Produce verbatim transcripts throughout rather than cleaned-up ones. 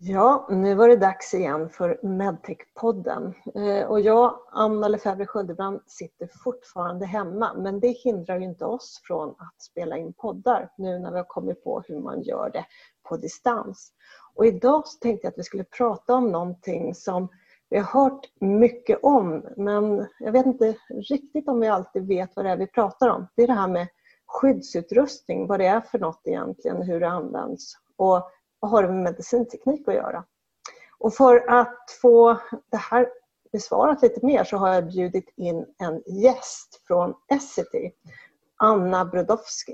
Ja, nu var det dags igen för Medtech-podden. Och jag, Anna Lefebvre Sköldebrand, sitter fortfarande hemma. Men det hindrar ju inte oss från att spela in poddar nu när vi har kommit på hur man gör det på distans. Och idag så tänkte jag att vi skulle prata om någonting som vi har hört mycket om. Men jag vet inte riktigt om vi alltid vet vad det är vi pratar om. Det är det här med skyddsutrustning, vad det är för något egentligen, hur det används och vad har det med medicinteknik att göra. Och för att få det här besvarat lite mer så har jag bjudit in en gäst från Essity, Anna Brodowski.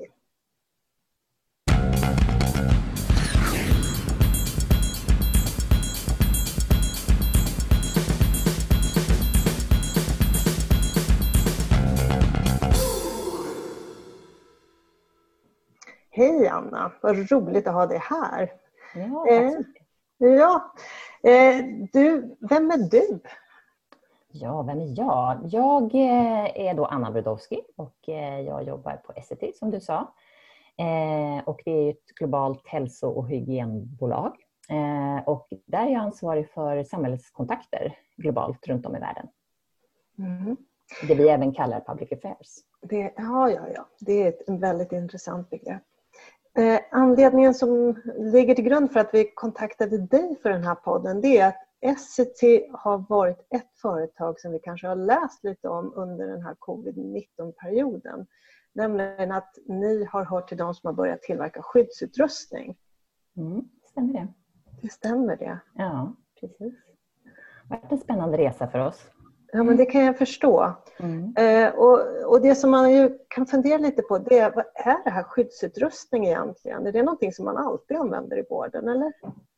Hej Anna, vad roligt att ha dig här. Ja, tack så mycket. Eh, ja. Eh, du, vem är du? Ja, vem är jag? Jag är då Anna Brodowski och jag jobbar på Essity som du sa. Eh, och det är ett globalt hälso- och hygienbolag. Eh, och där är jag ansvarig för samhällskontakter globalt runt om i världen. Mm. Det vi även kallar public affairs. Det, ja, ja, ja. Det är ett väldigt intressant begrepp. Eh, anledningen som ligger till grund för att vi kontaktade dig för den här podden, det är att Essity har varit ett företag som vi kanske har läst lite om under den här covid nitton-perioden. Nämligen att ni har hört till de som har börjat tillverka skyddsutrustning. Mm, stämmer det? Det stämmer det. Ja, precis. Det har varit en spännande resa för oss. Ja, men det kan jag förstå. Mm. Eh, och, och det som man ju kan fundera lite på, det är, vad är det här skyddsutrustning egentligen? Är det någonting som man alltid använder i vården, eller?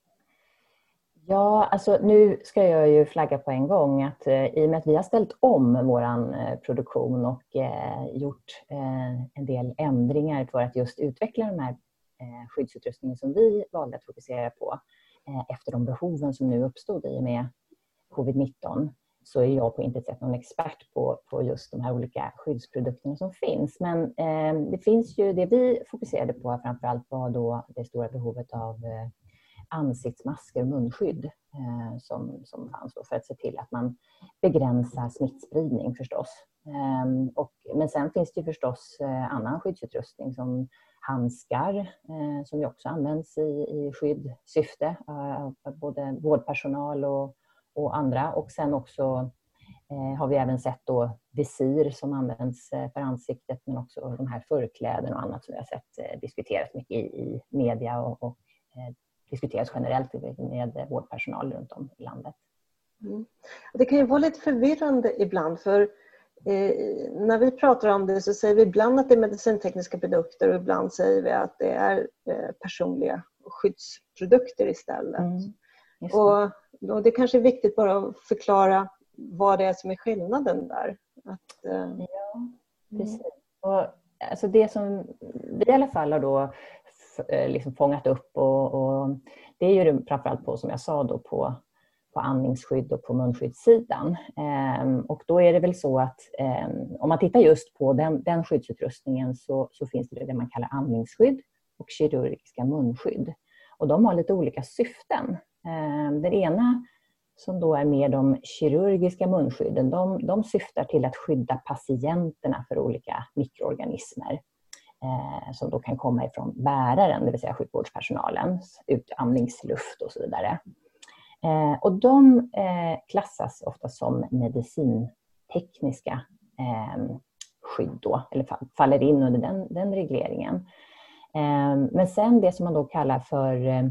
Ja, alltså nu ska jag ju flagga på en gång att eh, i och med att vi har ställt om våran eh, produktion och eh, gjort eh, en del ändringar för att just utveckla de här eh, skyddsutrustningen som vi valde att fokusera på eh, efter de behoven som nu uppstod i och med covid nitton, så är jag på intet sätt någon expert på, på just de här olika skyddsprodukterna som finns. Men eh, det finns ju, det vi fokuserade på framförallt var då det stora behovet av eh, ansiktsmasker och munskydd eh, som, som fanns då för att se till att man begränsar smittspridning förstås. Eh, och, men sen finns det ju förstås eh, annan skyddsutrustning som handskar eh, som ju också används i, i skyddssyfte eh, av både vårdpersonal och och andra. Och sen också eh, har vi även sett då visir som används eh, för ansiktet, men också de här förkläden och annat som vi har sett eh, diskuteras mycket i, i media och, och eh, diskuteras generellt med vårdpersonal runt om i landet. Mm. Det kan ju vara lite förvirrande ibland, för eh, när vi pratar om det så säger vi ibland att det är medicintekniska produkter och ibland säger vi att det är eh, personliga skyddsprodukter istället. Mm. Det. Och, och det kanske är viktigt bara att förklara vad det är som är skillnaden där. Att, eh, ja, precis. Mm. Och, alltså det som vi i alla fall har då liksom fångat upp och, och det är ju framförallt på, som jag sa då, på, på andningsskydd och på munskyddssidan. Ehm, och då är det väl så att ehm, om man tittar just på den, den skyddsutrustningen så, så finns det det man kallar andningsskydd och kirurgiska munskydd. Och de har lite olika syften. Den ena som då är mer de kirurgiska munskydden, de, de syftar till att skydda patienterna för olika mikroorganismer eh, som då kan komma ifrån bäraren, det vill säga sjukvårdspersonalens utandningsluft och så vidare. Eh, och de eh, klassas ofta som medicintekniska eh, skydd då, eller faller in under den, den regleringen. Eh, men sen det som man då kallar för eh,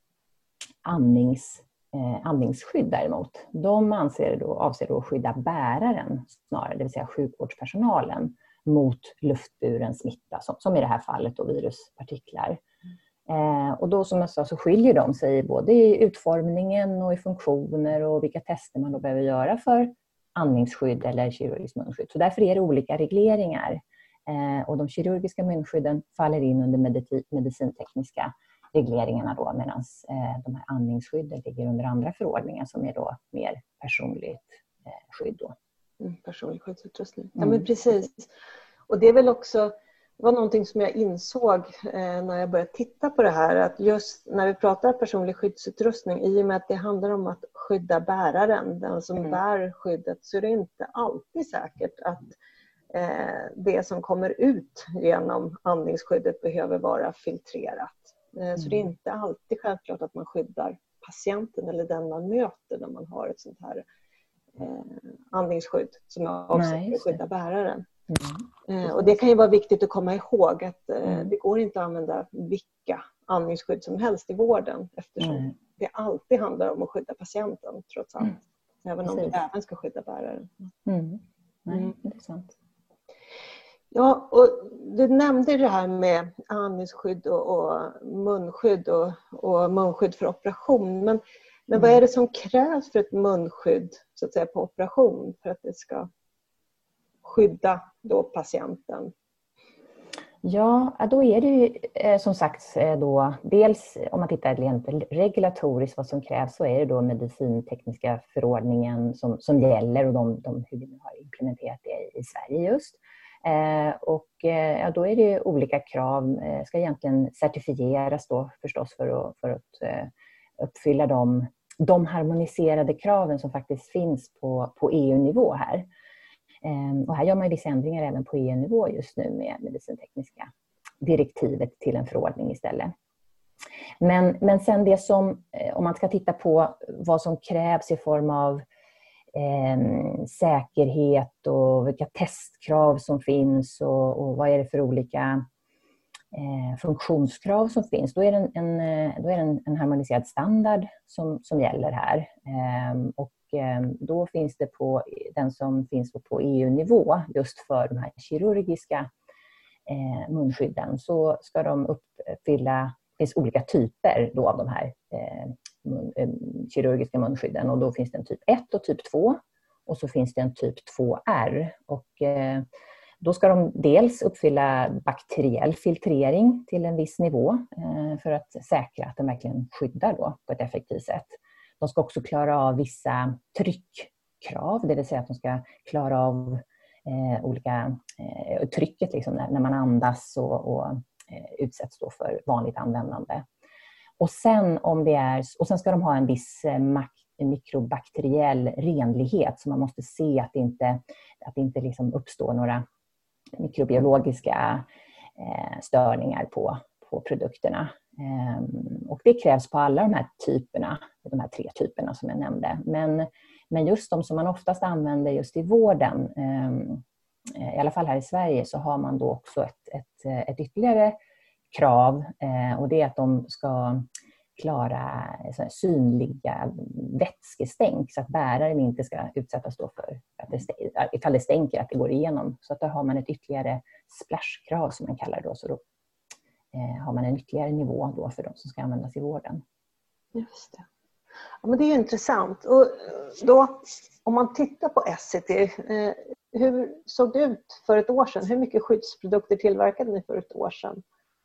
Andnings, eh, andningsskydd däremot, de anser då, avser då att skydda bäraren snarare, det vill säga sjukvårdspersonalen mot luftburen smitta, som, som i det här fallet då viruspartiklar. Eh, och då som jag sa så skiljer de sig både i utformningen och i funktioner och vilka tester man då behöver göra för andningsskydd eller kirurgiskt munskydd. Så därför är det olika regleringar. Eh, och de kirurgiska munskydden faller in under medicin, medicintekniska regleringarna då, medan eh, de här andningsskydden ligger under andra förordningar som är då mer personligt eh, skydd då. Mm, personlig skyddsutrustning. Mm. Ja, men precis. Och det är väl också Det var någonting som jag insåg eh, när jag började titta på det här, att just när vi pratar personlig skyddsutrustning, i och med att det handlar om att skydda bäraren, den som mm. bär skyddet, så är det inte alltid säkert att eh, det som kommer ut genom andningsskyddet behöver vara filtrerat. Eh, mm. Så det är inte alltid självklart att man skyddar patienten eller den man möter när man har ett sånt här eh, andningsskydd som är avsett för att skydda bäraren. Mm. Och det kan ju vara viktigt att komma ihåg att mm. det går inte att använda vilka andningsskydd som helst i vården, eftersom mm. det alltid handlar om att skydda patienten trots allt. Mm. Även om det även ska skydda bäraren. Mm. Nej, mm. det är sant. Ja, och du nämnde det här med andningsskydd och, och munskydd och, och munskydd för operation. Men, men mm. vad är det som krävs för ett munskydd så att säga, på operation för att det ska skydda då patienten? Ja, då är det ju som sagt då, dels om man tittar rent regulatoriskt vad som krävs, så är det då medicintekniska förordningen som, som gäller och de, de, hur vi har implementerat det i Sverige just. Eh, och ja, då är det olika krav, eh, ska egentligen certifieras då förstås för att, för att eh, uppfylla de, de harmoniserade kraven som faktiskt finns på, på E U-nivå här. Och här gör man vissa ändringar även på E U-nivå just nu med medicintekniska direktivet till en förordning istället. Men, men sen det som, om man ska titta på vad som krävs i form av eh, säkerhet och vilka testkrav som finns och, och vad är det för olika eh, funktionskrav som finns, då är det en, en, då är det en, en harmoniserad standard som, som gäller här. Eh, och då finns det på den som finns på E U-nivå just för de här kirurgiska eh, munskydden, så ska de uppfylla, det finns olika typer då av de här eh, mun, eh, kirurgiska munskydden, och då finns det en typ ett och typ två och så finns det en typ två R, och eh, då ska de dels uppfylla bakteriell filtrering till en viss nivå eh, för att säkra att de verkligen skyddar då på ett effektivt sätt. De ska också klara av vissa tryckkrav, det vill säga att de ska klara av eh, olika eh, trycket liksom, när, när man andas och, och eh, utsätts då för vanligt användande. Och sen, om det är, och sen ska de ha en viss eh, mikrobakteriell renlighet, så man måste se att det inte, att det inte liksom uppstår några mikrobiologiska eh, störningar på, på produkterna. Um, och det krävs på alla de här typerna, de här tre typerna som jag nämnde. Men, men just de som man oftast använder just i vården, um, i alla fall här i Sverige, så har man då också ett, ett, ett ytterligare krav, uh, och det är att de ska klara synliga vätskestänk, så att bäraren inte ska utsättas då för att det, ifall det stänker, att det går igenom. Så att då har man ett ytterligare splashkrav som man kallar det då, så då har man en ytterligare nivå då för de som ska användas i vården. Just det. Ja, men det är intressant. Och då, om man tittar på Essity, eh, hur såg det ut för ett år sedan? Hur mycket skyddsprodukter tillverkade ni för ett år sedan?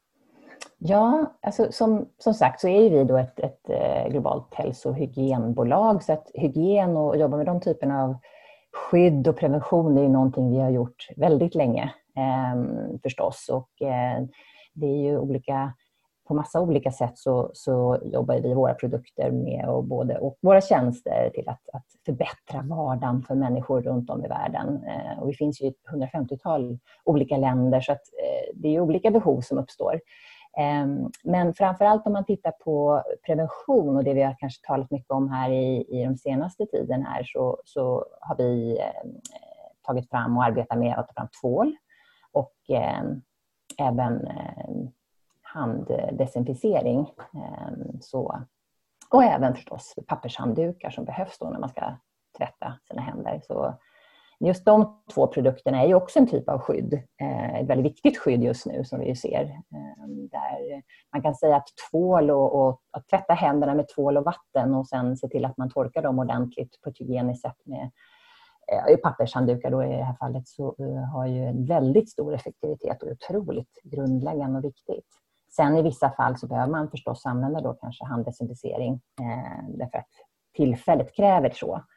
Ja, alltså som, som sagt så är vi då ett, ett globalt hälso- och hygienbolag, så att hygien och jobba med de typerna av skydd och prevention är någonting vi har gjort väldigt länge eh, förstås, och eh, det är ju olika, på massa olika sätt så, så jobbar vi våra produkter med och, både, och våra tjänster till att, att förbättra vardagen för människor runt om i världen. Eh, och vi finns ju i ett hundrafemtiotal olika länder, så att eh, det är olika behov som uppstår. Eh, men framförallt om man tittar på prevention och det vi har kanske talat mycket om här i, i de senaste tiden här, så, så har vi eh, tagit fram och arbetat med att ta fram tvål och eh, även eh, handdesinficering. Eh, så, och även förstås pappershanddukar som behövs då när man ska tvätta sina händer. Så just de två produkterna är ju också en typ av skydd. Eh, ett väldigt viktigt skydd just nu som vi ser. Eh, där man kan säga att tvål och, och att tvätta händerna med tvål och vatten och sen se till att man torkar dem ordentligt på ett hygieniskt sätt med eh, pappershanddukar då i det här fallet, så uh, har ju en väldigt stor effektivitet och otroligt grundläggande och viktigt. Sen i vissa fall så behöver man förstås använda då kanske handdesinficering eh, därför att tillfället kräver så.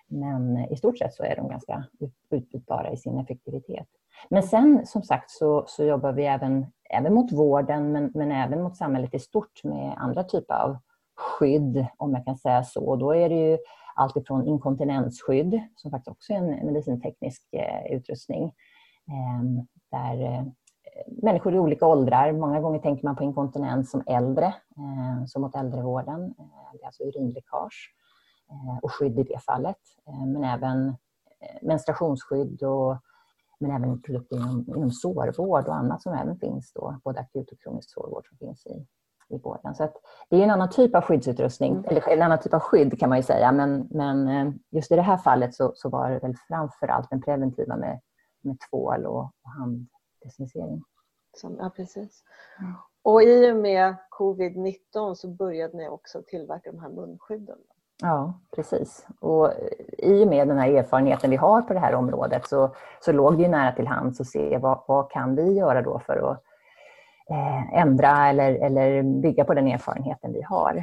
men i stort sett så är de ganska utbytbara i sin effektivitet. Men sen som sagt så, så jobbar vi även, även mot vården men, men även mot samhället i stort med andra typer av skydd, om jag kan säga så. Och då är det ju allt ifrån inkontinensskydd, som faktiskt också är en medicinteknisk eh, utrustning, eh, där eh, människor i olika åldrar, många gånger tänker man på inkontinens som äldre, eh, som mot äldrevården, eh, det är alltså urinläckage eh, och skydd i det fallet, eh, men även eh, menstruationsskydd och men även produkter inom, inom sårvård och annat som även finns då, både akut och kronisk sårvård som finns i, i vården. Så att det är en annan typ av skyddsutrustning, mm. eller en annan typ av skydd kan man ju säga, men, men just i det här fallet så, så var det väl framförallt den preventiva med, med tvål och, och handdesinficering. Som, ja, precis. Mm. Och i och med covid nitton så började ni också tillverka de här munskydden. Ja, precis. Och i och med den här erfarenheten vi har på det här området så, så låg det ju nära till hands att se vad, vad kan vi göra då för att eh, ändra eller, eller bygga på den erfarenheten vi har.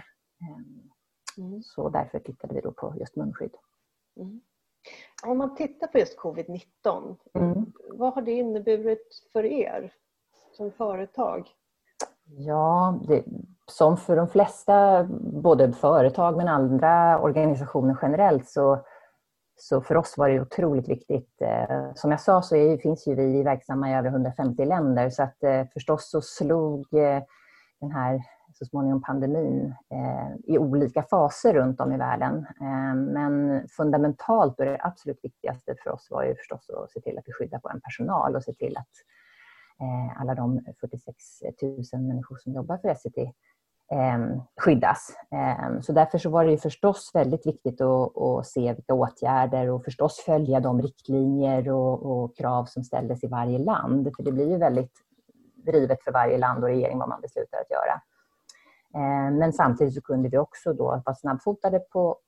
Mm. Så därför tittade vi då på just munskydd. Mm. Om man tittar på just covid nitton, mm. vad har det inneburit för er som företag? Ja, det, som för de flesta, både företag men andra organisationer generellt, så, så för oss var det otroligt viktigt. Eh, som jag sa så är, finns ju vi verksamma i över hundrafemtio länder, så att eh, förstås så slog eh, den här så småningom pandemin eh, i olika faser runt om i världen. Eh, men fundamentalt och det absolut viktigaste för oss var ju förstås att se till att vi skyddar vår personal och se till att alla de fyrtiosex tusen människor som jobbar för S C T eh, skyddas. Eh, så därför så var det ju förstås väldigt viktigt att, att se vilka åtgärder och förstås följa de riktlinjer och, och krav som ställdes i varje land. För det blir ju väldigt drivet för varje land och regering vad man beslutar att göra. Eh, men samtidigt så kunde vi också då vara snabbfotade på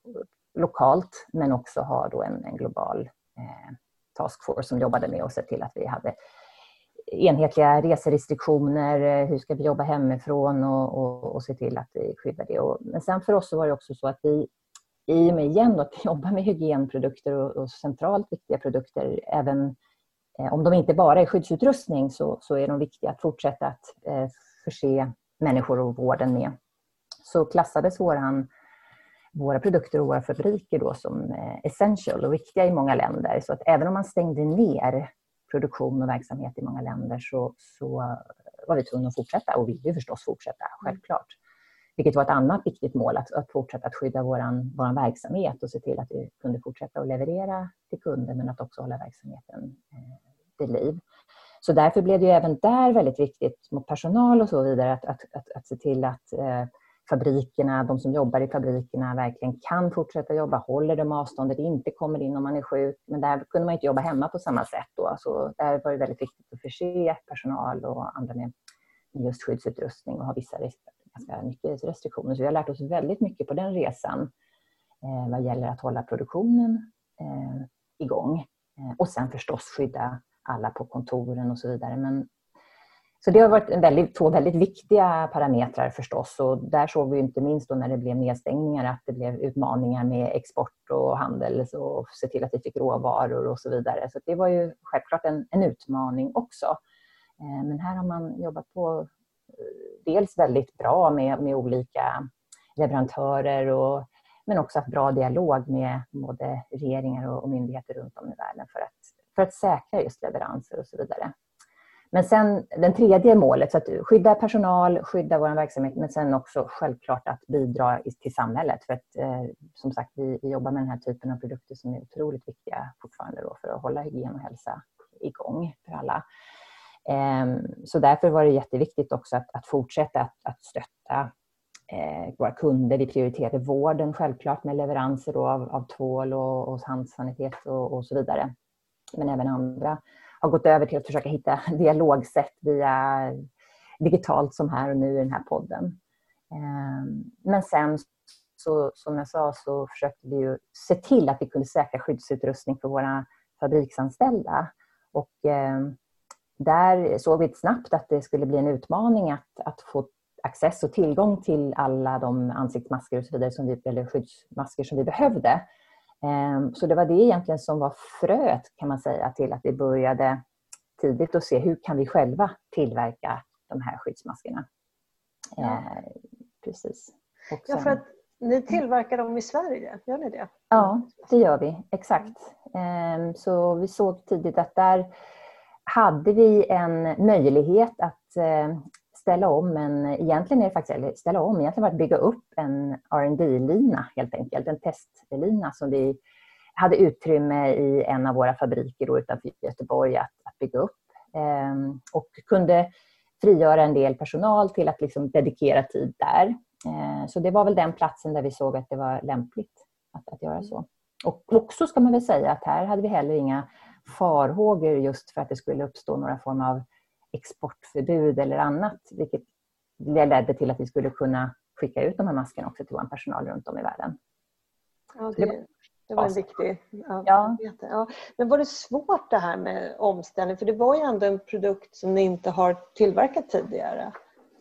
lokalt men också ha då en, en global eh, taskforce som jobbade med och se till att vi hade enhetliga reserestriktioner, hur ska vi jobba hemifrån och, och, och se till att vi skyddar det. Och, men sen för oss så var det också så att vi, i och med igen då, att vi jobbar med hygienprodukter och, och centralt viktiga produkter, även eh, om de inte bara är skyddsutrustning så, så är de viktiga att fortsätta att eh, förse människor och vården med. Så klassades våran, våra produkter och våra fabriker då som eh, essential och viktiga i många länder. Så att även om man stängde ner produktion och verksamhet i många länder så, så var vi tvungna att fortsätta och vill ju förstås fortsätta, självklart. Vilket var ett annat viktigt mål, att, att fortsätta att skydda våran, våran verksamhet och se till att vi kunde fortsätta att leverera till kunder men att också hålla verksamheten eh, vid liv. Så därför blev det ju även där väldigt viktigt mot personal och så vidare att, att, att, att se till att eh, fabrikerna, de som jobbar i fabrikerna verkligen kan fortsätta jobba, håller de avståndet, inte kommer in om man är sjuk. Men där kunde man inte jobba hemma på samma sätt då. Så där var det väldigt viktigt att förse personal och andra med just skyddsutrustning och ha vissa ganska mycket restriktioner. Så vi har lärt oss väldigt mycket på den resan eh, vad gäller att hålla produktionen eh, igång. Eh, och sen förstås skydda alla på kontoren och så vidare. Men så det har varit en väldigt, två väldigt viktiga parametrar förstås, och där såg vi inte minst då när det blev nedstängningar att det blev utmaningar med export och handel och se till att vi fick råvaror och så vidare. Så det var ju självklart en, en utmaning också. Men här har man jobbat på dels väldigt bra med, med olika leverantörer och, men också haft bra dialog med både regeringar och, och myndigheter runt om i världen för att, för att säkra just leveranser och så vidare. Men sen den tredje målet, så att skydda personal, skydda vår verksamhet, men sen också självklart att bidra till samhället. För att eh, som sagt, vi, vi jobbar med den här typen av produkter som är otroligt viktiga fortfarande då för att hålla hygien och hälsa igång för alla. Eh, så därför var det jätteviktigt också att, att fortsätta att, att stötta eh, våra kunder. Vi prioriterade vården självklart med leveranser då av, av tvål och, och handsanitet och, och så vidare. Men även andra har gått över till att försöka hitta dialogsätt via digitalt som här och nu i den här podden. Men sen, så, som jag sa, så försökte vi ju se till att vi kunde säkra skyddsutrustning för våra fabriksanställda. Och där såg vi snabbt att det skulle bli en utmaning att, att få access och tillgång till alla de ansiktsmasker och så vidare som vi, eller skyddsmasker som vi behövde. Så det var det egentligen som var fröet, kan man säga, till att vi började tidigt att se hur kan vi själva tillverka de här skyddsmaskerna. Ja. Precis. Och sen, ja, för att ni tillverkar dem i Sverige, gör ni det? Ja, det gör vi. Exakt. Så vi såg tidigt att där hade vi en möjlighet att ställa om, en, egentligen är det faktiskt, eller ställa om, egentligen var att bygga upp en R and D-lina helt enkelt, en testlina som vi hade utrymme i en av våra fabriker utanför Göteborg att, att bygga upp. Och kunde frigöra en del personal till att liksom dedikera tid där. Så det var väl den platsen där vi såg att det var lämpligt att, att göra så. Och också ska man väl säga att här hade vi heller inga farhågor just för att det skulle uppstå några form av exportförbud eller annat. Vilket ledde till att vi skulle kunna skicka ut de här maskerna också till vår personal runt om i världen. Ja, det, det var en viktig ja. Ja. Men var det svårt det här med omställning? För det var ju ändå en produkt som ni inte har tillverkat tidigare.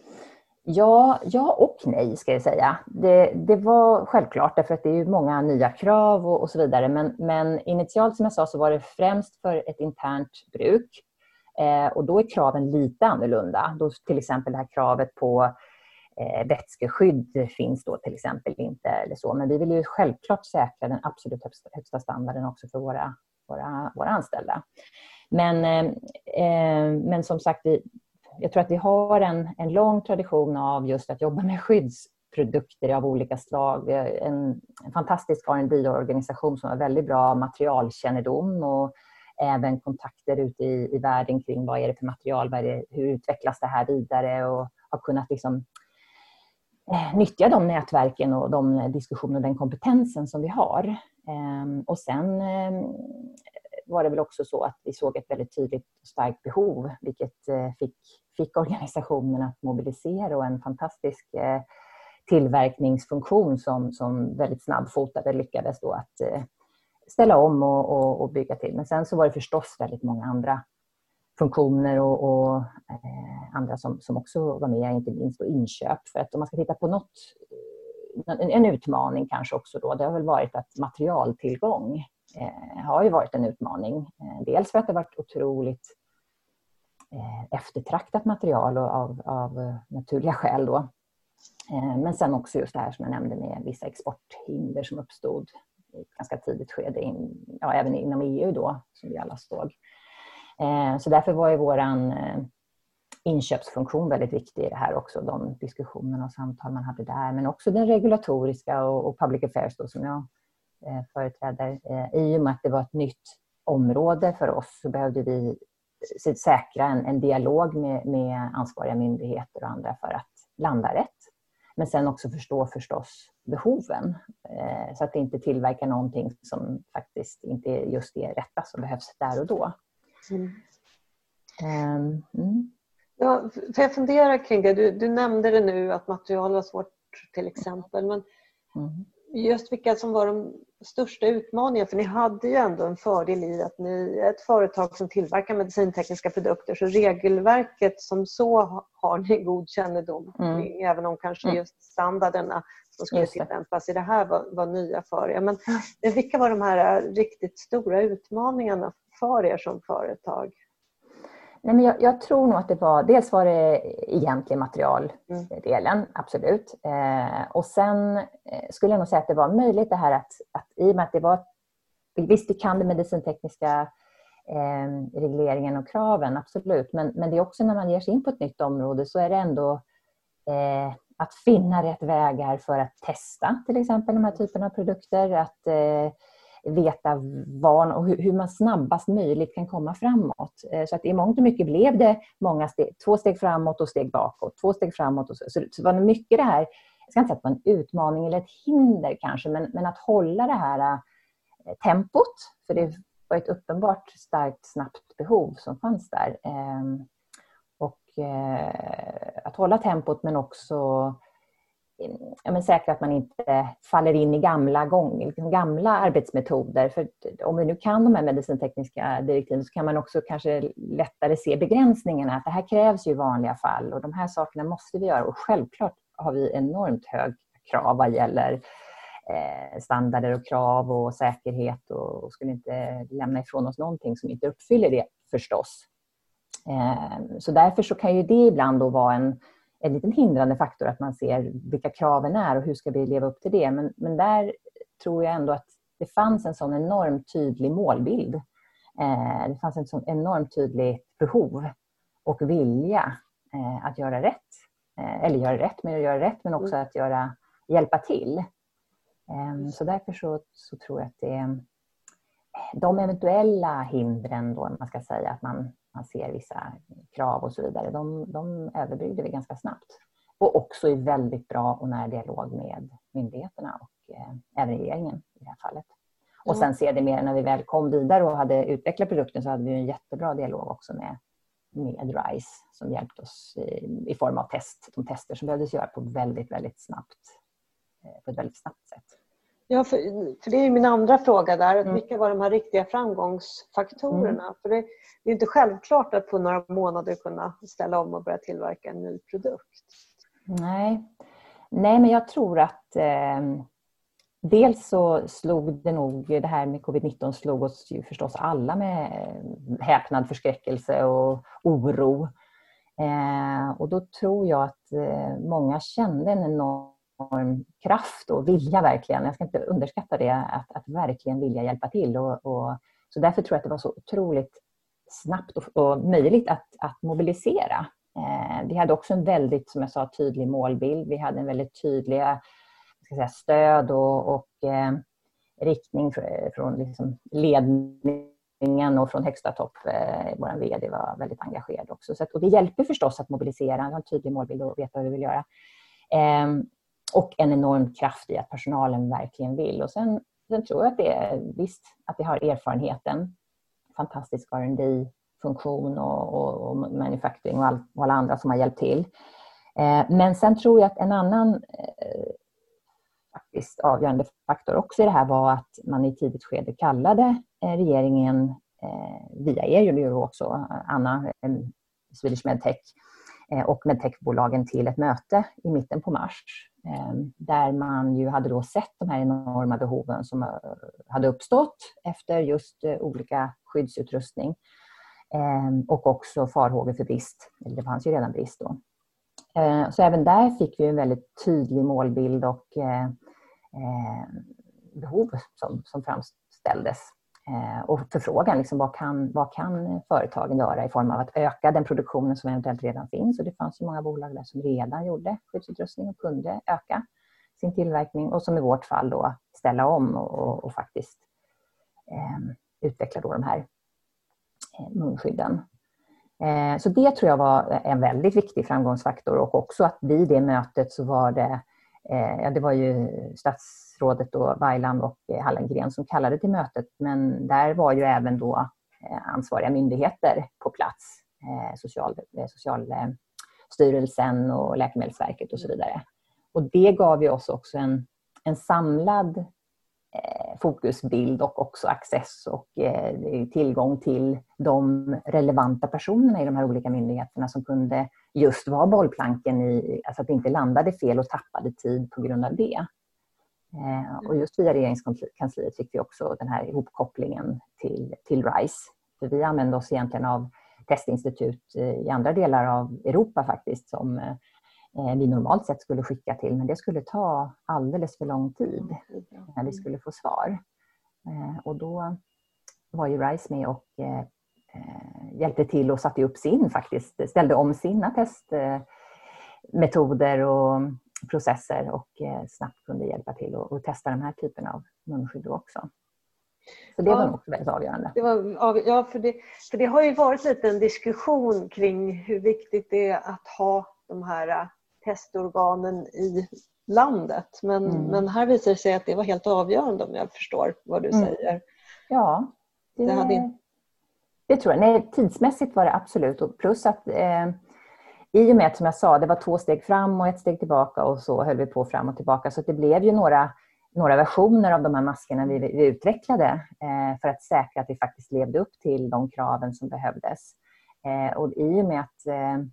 Ja, ja och nej ska jag säga. Det, det var självklart därför att det är ju många nya krav och, och så vidare. Men, men initialt som jag sa så var det främst för ett internt bruk. Eh, och då är kraven lite annorlunda. Då till exempel det här kravet på eh, vätskeskydd finns då till exempel inte eller så. Men vi vill ju självklart säkra den absolut högsta, högsta standarden också för våra, våra, våra anställda. Men, eh, men som sagt, vi Jag tror att vi har en, en lång tradition av just att jobba med skyddsprodukter av olika slag. En, en fantastisk R and D-organisation som har väldigt bra materialkännedom och även kontakter ute i, i världen kring vad är det för material, vad är det, hur utvecklas det här vidare och har kunnat liksom, eh, nyttja de nätverken och de diskussioner och den kompetensen som vi har. Eh, och sen eh, var det väl också så att vi såg ett väldigt tydligt och starkt behov, vilket eh, fick fick organisationen att mobilisera och en fantastisk eh, tillverkningsfunktion som, som väldigt snabbfotade lyckades då att eh, ställa om och, och, och bygga till. Men sen så var det förstås väldigt många andra funktioner och, och eh, andra som, som också var med, inte minst då inköp. För att om man ska titta på något, en, en utmaning kanske också då, det har väl varit att materialtillgång eh, har ju varit en utmaning. Eh, dels för att det har varit otroligt eftertraktat material av, av naturliga skäl då. Men sen också just det här som jag nämnde med vissa exporthinder som uppstod i ett ganska tidigt skede, in, ja, även inom E U då, som vi alla såg. Så därför var ju våran inköpsfunktion väldigt viktig i det här också, de diskussionerna och samtal man hade där, men också den regulatoriska och, och public affairs då, som jag företräder. I och med att det var ett nytt område för oss så behövde vi säkra en, en dialog med, med ansvariga myndigheter och andra för att landa rätt. Men sen också förstå förstås behoven. Eh, så att det inte tillverkar någonting som faktiskt inte är just det rätta som behövs där och då. Mm. Um, mm. Ja, för jag funderar kring det. Du, du nämnde det nu att material var svårt till exempel. Men mm. just vilka som var de största utmaningarna, för ni hade ju ändå en fördel i att ni är ett företag som tillverkar medicintekniska produkter, så regelverket som så har ni god kännedom kring, mm. även om kanske just standarderna som skulle tillämpas i det här var, var nya för er. Men vilka var de här riktigt stora utmaningarna för er som företag? Nej, men jag, jag tror nog att det var, dels var det egentligen materialdelen, mm. absolut. Eh, och sen eh, skulle jag nog säga att det var möjligt det här att, att i och med att det var, visst vi kan det medicintekniska eh, regleringen och kraven, absolut. Men, men det är också när man ger sig in på ett nytt område så är det ändå eh, att finna rätt vägar för att testa till exempel de här typerna av produkter, att eh, veta var och hur man snabbast möjligt kan komma framåt. Så att i mångt och mycket blev det många steg, två steg framåt och steg bakåt, två steg framåt. Och så. Så det var mycket det här, jag ska inte säga att det var en utmaning eller ett hinder kanske, men, men att hålla det här eh, tempot, för det var ett uppenbart starkt snabbt behov som fanns där. Eh, och eh, att hålla tempot men också ja, men säkert att man inte faller in i gamla, gång, gamla arbetsmetoder. För om vi nu kan de här medicintekniska direktiven så kan man också kanske lättare se begränsningarna. Att det här krävs ju i vanliga fall och de här sakerna måste vi göra. Och självklart har vi enormt hög krav vad gäller eh, standarder och krav och säkerhet och, och skulle inte lämna ifrån oss någonting som inte uppfyller det förstås. Eh, så därför så kan ju det ibland då vara en, en liten hindrande faktor att man ser vilka kraven är och hur ska vi leva upp till det. Men, men där tror jag ändå att det fanns en sån enormt tydlig målbild. Eh, det fanns en sån enormt tydlig behov och vilja eh, att göra rätt. Eh, eller göra rätt, men att göra rätt men också att göra, hjälpa till. Eh, så därför så, så tror jag att det är de eventuella hindren då, man ska säga att man, man ser vissa krav och så vidare, de, de överbryggde vi ganska snabbt. Och också i väldigt bra och nära dialog med myndigheterna och eh, även regeringen i det här fallet. Och sen ser det mer när vi väl kom vidare och hade utvecklat produkten så hade vi en jättebra dialog också med, med RISE som hjälpte oss i, i form av test, de tester som behövdes göra på väldigt, väldigt snabbt, på ett väldigt snabbt sätt. Ja, för, för det är min andra fråga där. Mm. Vilka var de här riktiga framgångsfaktorerna? Mm. För det, det är inte självklart att på några månader kunna ställa om och börja tillverka en ny produkt. Nej, Nej men jag tror att eh, dels så slog det nog, det här med covid nitton slog oss ju förstås alla med häpnad, förskräckelse och oro. Eh, och då tror jag att eh, många kände en enorm kraft och vilja verkligen. Jag ska inte underskatta det, att, att verkligen vilja hjälpa till. Och, och, så därför tror jag att det var så otroligt snabbt och, och möjligt att, att mobilisera. Eh, vi hade också en väldigt, som jag sa, tydlig målbild. Vi hade en väldigt tydliga ska säga, stöd och, och eh, riktning från liksom ledningen och från högsta topp. Eh, vår vd var väldigt engagerad också. Så att, och det hjälper förstås att mobilisera, ha en tydlig målbild och veta vad vi vill göra. Eh, och en enorm kraft i att personalen verkligen vill. Och sen, sen tror jag att det är visst att vi har erfarenheten. Fantastisk R and D-funktion och, och, och manufacturing och, all, och alla andra som har hjälpt till. Eh, men sen tror jag att en annan eh, faktiskt avgörande faktor också i det här var att man i tidigt skede kallade eh, regeringen eh, via er, gjorde ju också Anna, eh, Swedish Medtech eh, och Medtech-bolagen till ett möte i mitten på mars. Eh, där man ju hade då sett de här enorma behoven som eh, hade uppstått efter just eh, olika skyddsutrustning. Eh, och också farhågor för brist, eller det fanns ju redan brist då. Eh, så även där fick vi en väldigt tydlig målbild och eh, eh, behov som, som framställdes. Eh, och förfrågan, liksom, vad, kan, vad kan företagen göra i form av att öka den produktionen som eventuellt redan finns. Och det fanns ju många bolag där som redan gjorde skyddsutrustning och kunde öka sin tillverkning. Och som i vårt fall då ställa om och, och, och faktiskt eh, utveckla då de här eh, munskydden. Eh, så det tror jag var en väldigt viktig framgångsfaktor. Och också att vid det mötet så var det Eh, ja, det var ju statsrådet då, Baylan och eh, Hallengren som kallade till mötet. Men där var ju även då eh, ansvariga myndigheter på plats. Eh, social, eh, Socialstyrelsen och Läkemedelsverket och så vidare. Och det gav ju oss också en, en samlad eh, fokusbild och också access och eh, tillgång till de relevanta personerna i de här olika myndigheterna som kunde just vara bollplanken i, alltså att det inte landade fel och tappade tid på grund av det. Eh, och just via regeringskansliet fick vi också den här ihopkopplingen till, till RISE. För vi använde oss egentligen av testinstitut i andra delar av Europa faktiskt som eh, vi normalt sett skulle skicka till. Men det skulle ta alldeles för lång tid när vi skulle få svar. Eh, och då var ju RISE med och eh, hjälpte till och satte upp sin faktiskt, ställde om sina testmetoder och processer och snabbt kunde hjälpa till och, och testa den här typen av munskydd också. Så det ja, var också väldigt avgörande. Det var, ja, för det, för det har ju varit lite en diskussion kring hur viktigt det är att ha de här testorganen i landet. Men, mm. men här visar det sig att det var helt avgörande om jag förstår vad du mm. säger. Ja, det, det hade Det tror jag. Nej, tidsmässigt var det absolut. Och plus att eh, i och med att, som jag sa, det var två steg fram och ett steg tillbaka och så höll vi på fram och tillbaka. Så det blev ju några, några versioner av de här maskerna vi, vi utvecklade eh, för att säkra att vi faktiskt levde upp till de kraven som behövdes. Eh, och i och med att eh,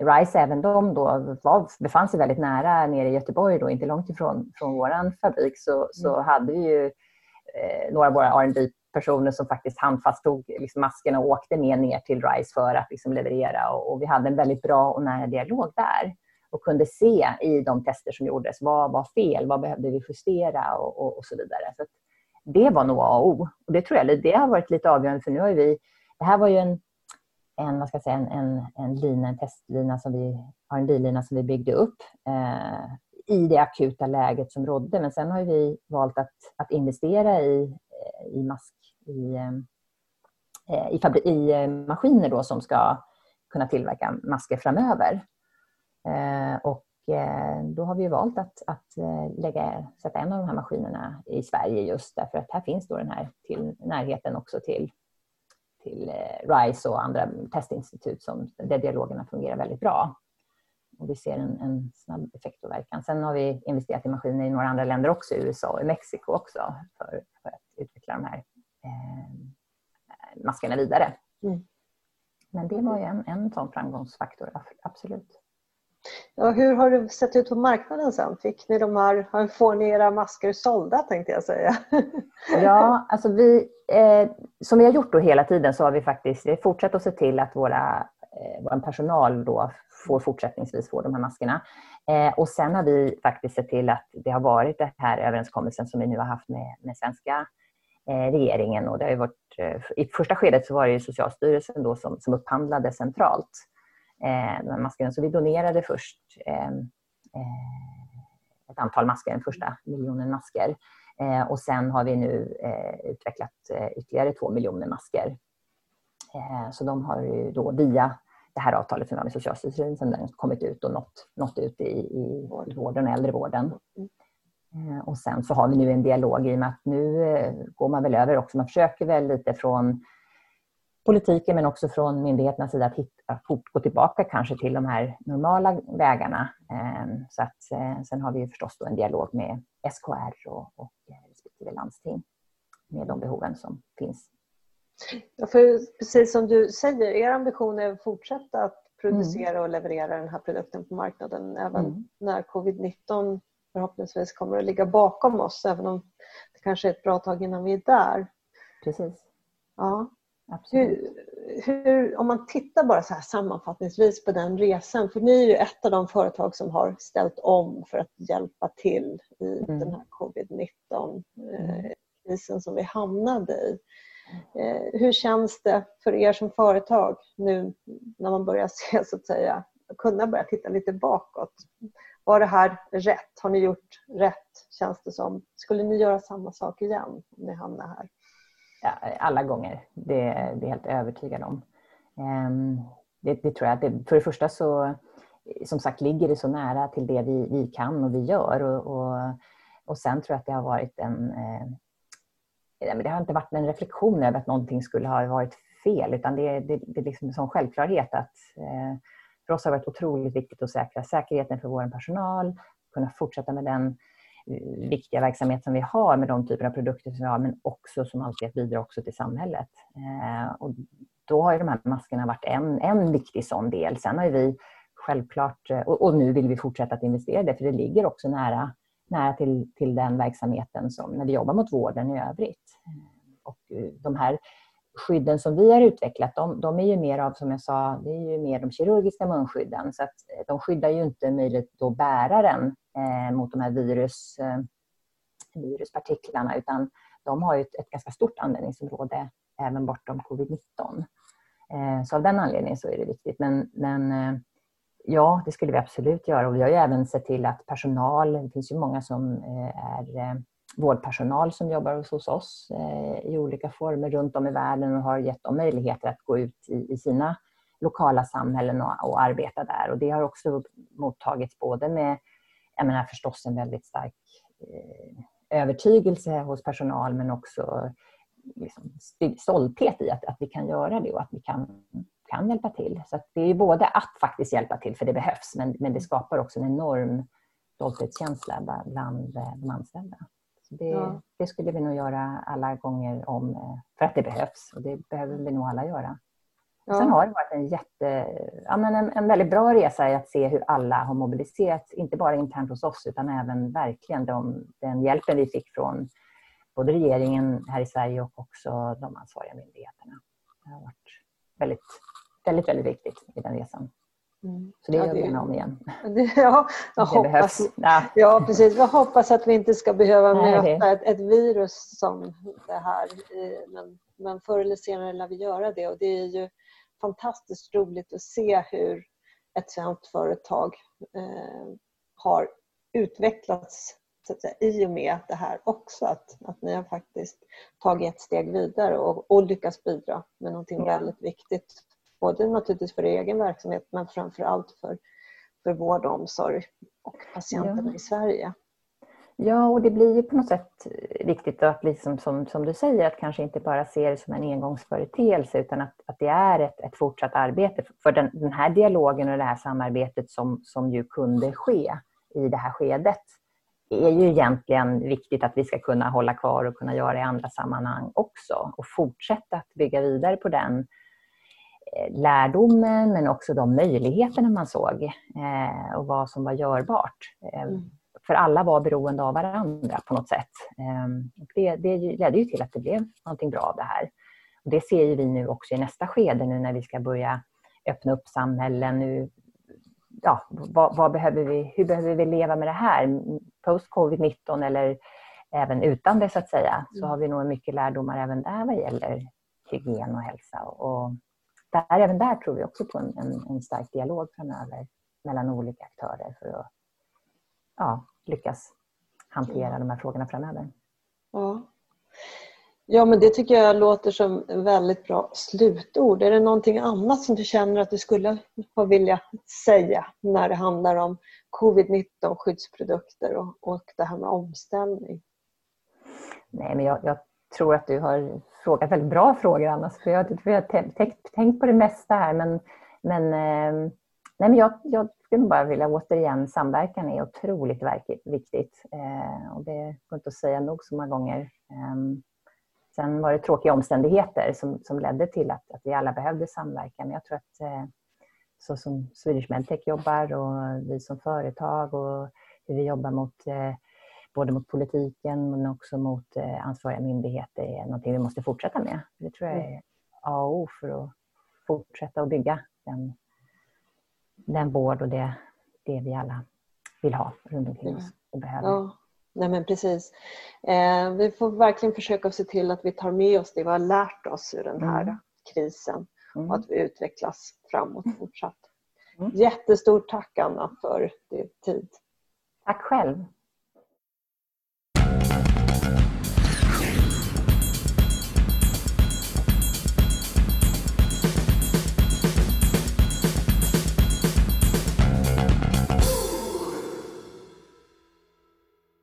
RISE, även de då var, befann sig väldigt nära nere i Göteborg, då, inte långt ifrån från vår fabrik, så, så hade vi ju eh, några av våra R and D-personer som faktiskt handfast tog liksom maskerna och åkte med ner till RISE för att liksom leverera. Och, och vi hade en väldigt bra och nära dialog där. Och kunde se i de tester som gjordes, vad var fel, vad behövde vi justera och, och, och så vidare. Så att det var nog A och O. Och det tror jag det har varit lite avgörande, för nu har vi, det här var ju en, en, vad ska jag säga, en, en, en lina, en testlina som vi, R and D-lina som vi byggde upp eh, i det akuta läget som rådde. Men sen har vi valt att, att investera i, i mask, i, eh, i, fabri- i maskiner då som ska kunna tillverka masker framöver. Eh, och eh, då har vi valt att, att eh, lägga, sätta en av de här maskinerna i Sverige, just därför att här finns då den här till närheten också till, till eh, RISE och andra testinstitut som, där dialogerna fungerar väldigt bra. Och vi ser en, en snabb effekt och verkan. Sen har vi investerat i maskiner i några andra länder också, i U S A och i Mexiko också, för, för att utveckla de här eh, maskerna vidare. Mm. Men det var ju en, en sån framgångsfaktor, absolut. Ja, hur har det sett ut på marknaden sen? Fick ni de här, får ni era masker sålda, tänkte jag säga? Ja, alltså vi, eh, som vi har gjort då hela tiden, så har vi faktiskt vi fortsatt att se till att våra, eh, vår personal då får fortsättningsvis få de här maskerna. Eh, och sen har vi faktiskt sett till att det har varit den här överenskommelsen som vi nu har haft med, med svenska eh, regeringen. Och det har ju varit, eh, i första skedet så var det ju Socialstyrelsen då som, som upphandlade centralt de här maskerna. Så vi donerade först eh, ett antal masker, den första miljonen masker. Eh, och sen har vi nu eh, utvecklat eh, ytterligare två miljoner masker. Eh, så de har ju då via det här avtalet som vi har med Socialstyrelsen den kommit ut och nått, nått ut i, i vården, äldrevården. Eh, och sen så har vi nu en dialog i och med att nu eh, går man väl över också. Man försöker väl lite från politiken men också från myndigheternas sida att, hitta, att gå tillbaka kanske till de här normala vägarna. Så att, sen har vi ju förstås då en dialog med S K R och, och respektive landsting med de behoven som finns. Ja, för precis som du säger, er ambition är att fortsätta att producera mm. och leverera den här produkten på marknaden även mm. när covid nitton förhoppningsvis kommer att ligga bakom oss, även om det kanske är ett bra tag innan vi är där. Precis. Ja. Hur, hur, om man tittar bara så här sammanfattningsvis på den resan, för ni är ju ett av de företag som har ställt om för att hjälpa till i mm. den här covid nitton-krisen eh, som vi hamnade i. Eh, hur känns det för er som företag nu när man börjar se, så att säga, kunna börja titta lite bakåt? Var det här rätt? Har ni gjort rätt? Känns det som? Skulle ni göra samma sak igen om ni hamnar här? Alla gånger, det, det är jag helt övertygad om. Det, det tror jag att det, för det första så som sagt ligger det så nära till det vi, vi kan och vi gör och, och, och sen tror jag att det har varit en eh, det har inte varit en reflektion över att någonting skulle ha varit fel, utan det, det, det är liksom en sån självklarhet att eh, för oss har det varit otroligt viktigt att säkra säkerheten för vår personal, kunna fortsätta med den viktiga verksamhet som vi har med de typer av produkter som vi har, men också som alltid att bidra också till samhället. Eh, och då har ju de här maskerna varit en, en viktig sån del. Sen har vi självklart, och, och nu vill vi fortsätta att investera det, för det ligger också nära, nära till, till den verksamheten som när vi jobbar mot vården i övrigt. Och de här skydden som vi har utvecklat, de, de är ju mer av, som jag sa, det är ju mer de kirurgiska munskydden, så att de skyddar ju inte möjligt då bäraren eh, mot de här virus, eh, viruspartiklarna, utan de har ju ett, ett ganska stort användningsområde även bortom covid nitton. Eh, så av den anledningen så är det viktigt. Men, men eh, ja, det skulle vi absolut göra, och vi har ju även sett till att personal, det finns ju många som eh, är eh, vårdpersonal som jobbar hos oss eh, i olika former runt om i världen och har gett dem möjligheter att gå ut i, i sina lokala samhällen och, och arbeta där. Och det har också mottagits både med, jag menar förstås en väldigt stark eh, övertygelse hos personal, men också liksom, stolthet i att, att vi kan göra det och att vi kan, kan hjälpa till. Så att det är ju både att faktiskt hjälpa till, för det behövs, men, men det skapar också en enorm stolthetskänsla bland de anställda. Det, ja. det skulle vi nog göra alla gånger om, för att det behövs, och det behöver vi nog alla göra. Ja. Sen har det varit en, jätte, ja, men en, en väldigt bra resa i att se hur alla har mobiliserats, inte bara internt hos oss utan även verkligen de, den hjälpen vi fick från både regeringen här i Sverige och också de ansvariga myndigheterna. Det har varit väldigt, väldigt, väldigt viktigt i den resan. Mm. Så det ja, gör vi gärna om igen. Det, ja, jag det hoppas, ja. ja, precis. Jag hoppas att vi inte ska behöva Nej, möta ett, ett virus som det här. Men, men förr eller senare lär vi göra det. Och det är ju fantastiskt roligt att se hur ett svenskt företag eh, har utvecklats så att säga, i och med det här också. Att, att ni har faktiskt tagit ett steg vidare och, och lyckats bidra med någonting ja. väldigt viktigt. Både naturligtvis för egen verksamhet men framförallt för, för vård och omsorg och patienterna ja. i Sverige. Ja, och det blir ju på något sätt viktigt att liksom, som, som du säger, att kanske inte bara se det som en engångsföreteelse utan att, att det är ett, ett fortsatt arbete. För den, den här dialogen och det här samarbetet som, som ju kunde ske i det här skedet är ju egentligen viktigt att vi ska kunna hålla kvar och kunna göra i andra sammanhang också. Och fortsätta att bygga vidare på den lärdomen men också de möjligheterna man såg eh, och vad som var görbart. Eh, mm. För alla var beroende av varandra på något sätt. Eh, och det, det ledde ju till att det blev någonting bra av det här. Och det ser ju vi nu också i nästa skede nu när vi ska börja öppna upp samhällen. Nu, ja, vad, vad behöver vi, hur behöver vi leva med det här post covid nitton eller även utan det så att säga. Mm. Så har vi nog mycket lärdomar även där vad gäller hygien och hälsa och Där, även där tror vi också på en, en, en stark dialog framöver mellan olika aktörer för att ja, lyckas hantera ja. de här frågorna framöver. Ja. ja, men det tycker jag låter som en väldigt bra slutord. Är det någonting annat som du känner att du skulle ha vilja säga när det handlar om covid nitton, skyddsprodukter och, och det här med omställning? Nej, men jag, jag tror att du har frågat väldigt bra frågor annars. För jag, för jag har tänkt, tänkt på det mesta här. Men, men, eh, nej, men jag, jag skulle bara vilja återigen, samverkan är otroligt viktigt. Eh, och det går inte att säga nog så många gånger. Eh, sen var det tråkiga omständigheter som, som ledde till att, att vi alla behövde samverka. Men jag tror att eh, så som Swedish Medtech jobbar och vi som företag och hur vi jobbar mot eh, både mot politiken men också mot eh, ansvariga myndigheter är någonting vi måste fortsätta med. Det tror jag är A och O för att fortsätta att bygga den, den vård och det, det vi alla vill ha runt omkring oss och behöver. Ja, nej men precis. Eh, vi får verkligen försöka se till att vi tar med oss det vi har lärt oss ur den här mm. krisen mm. och att vi utvecklas framåt fortsatt. Mm. Jättestort tack Anna för din tid. Tack själv.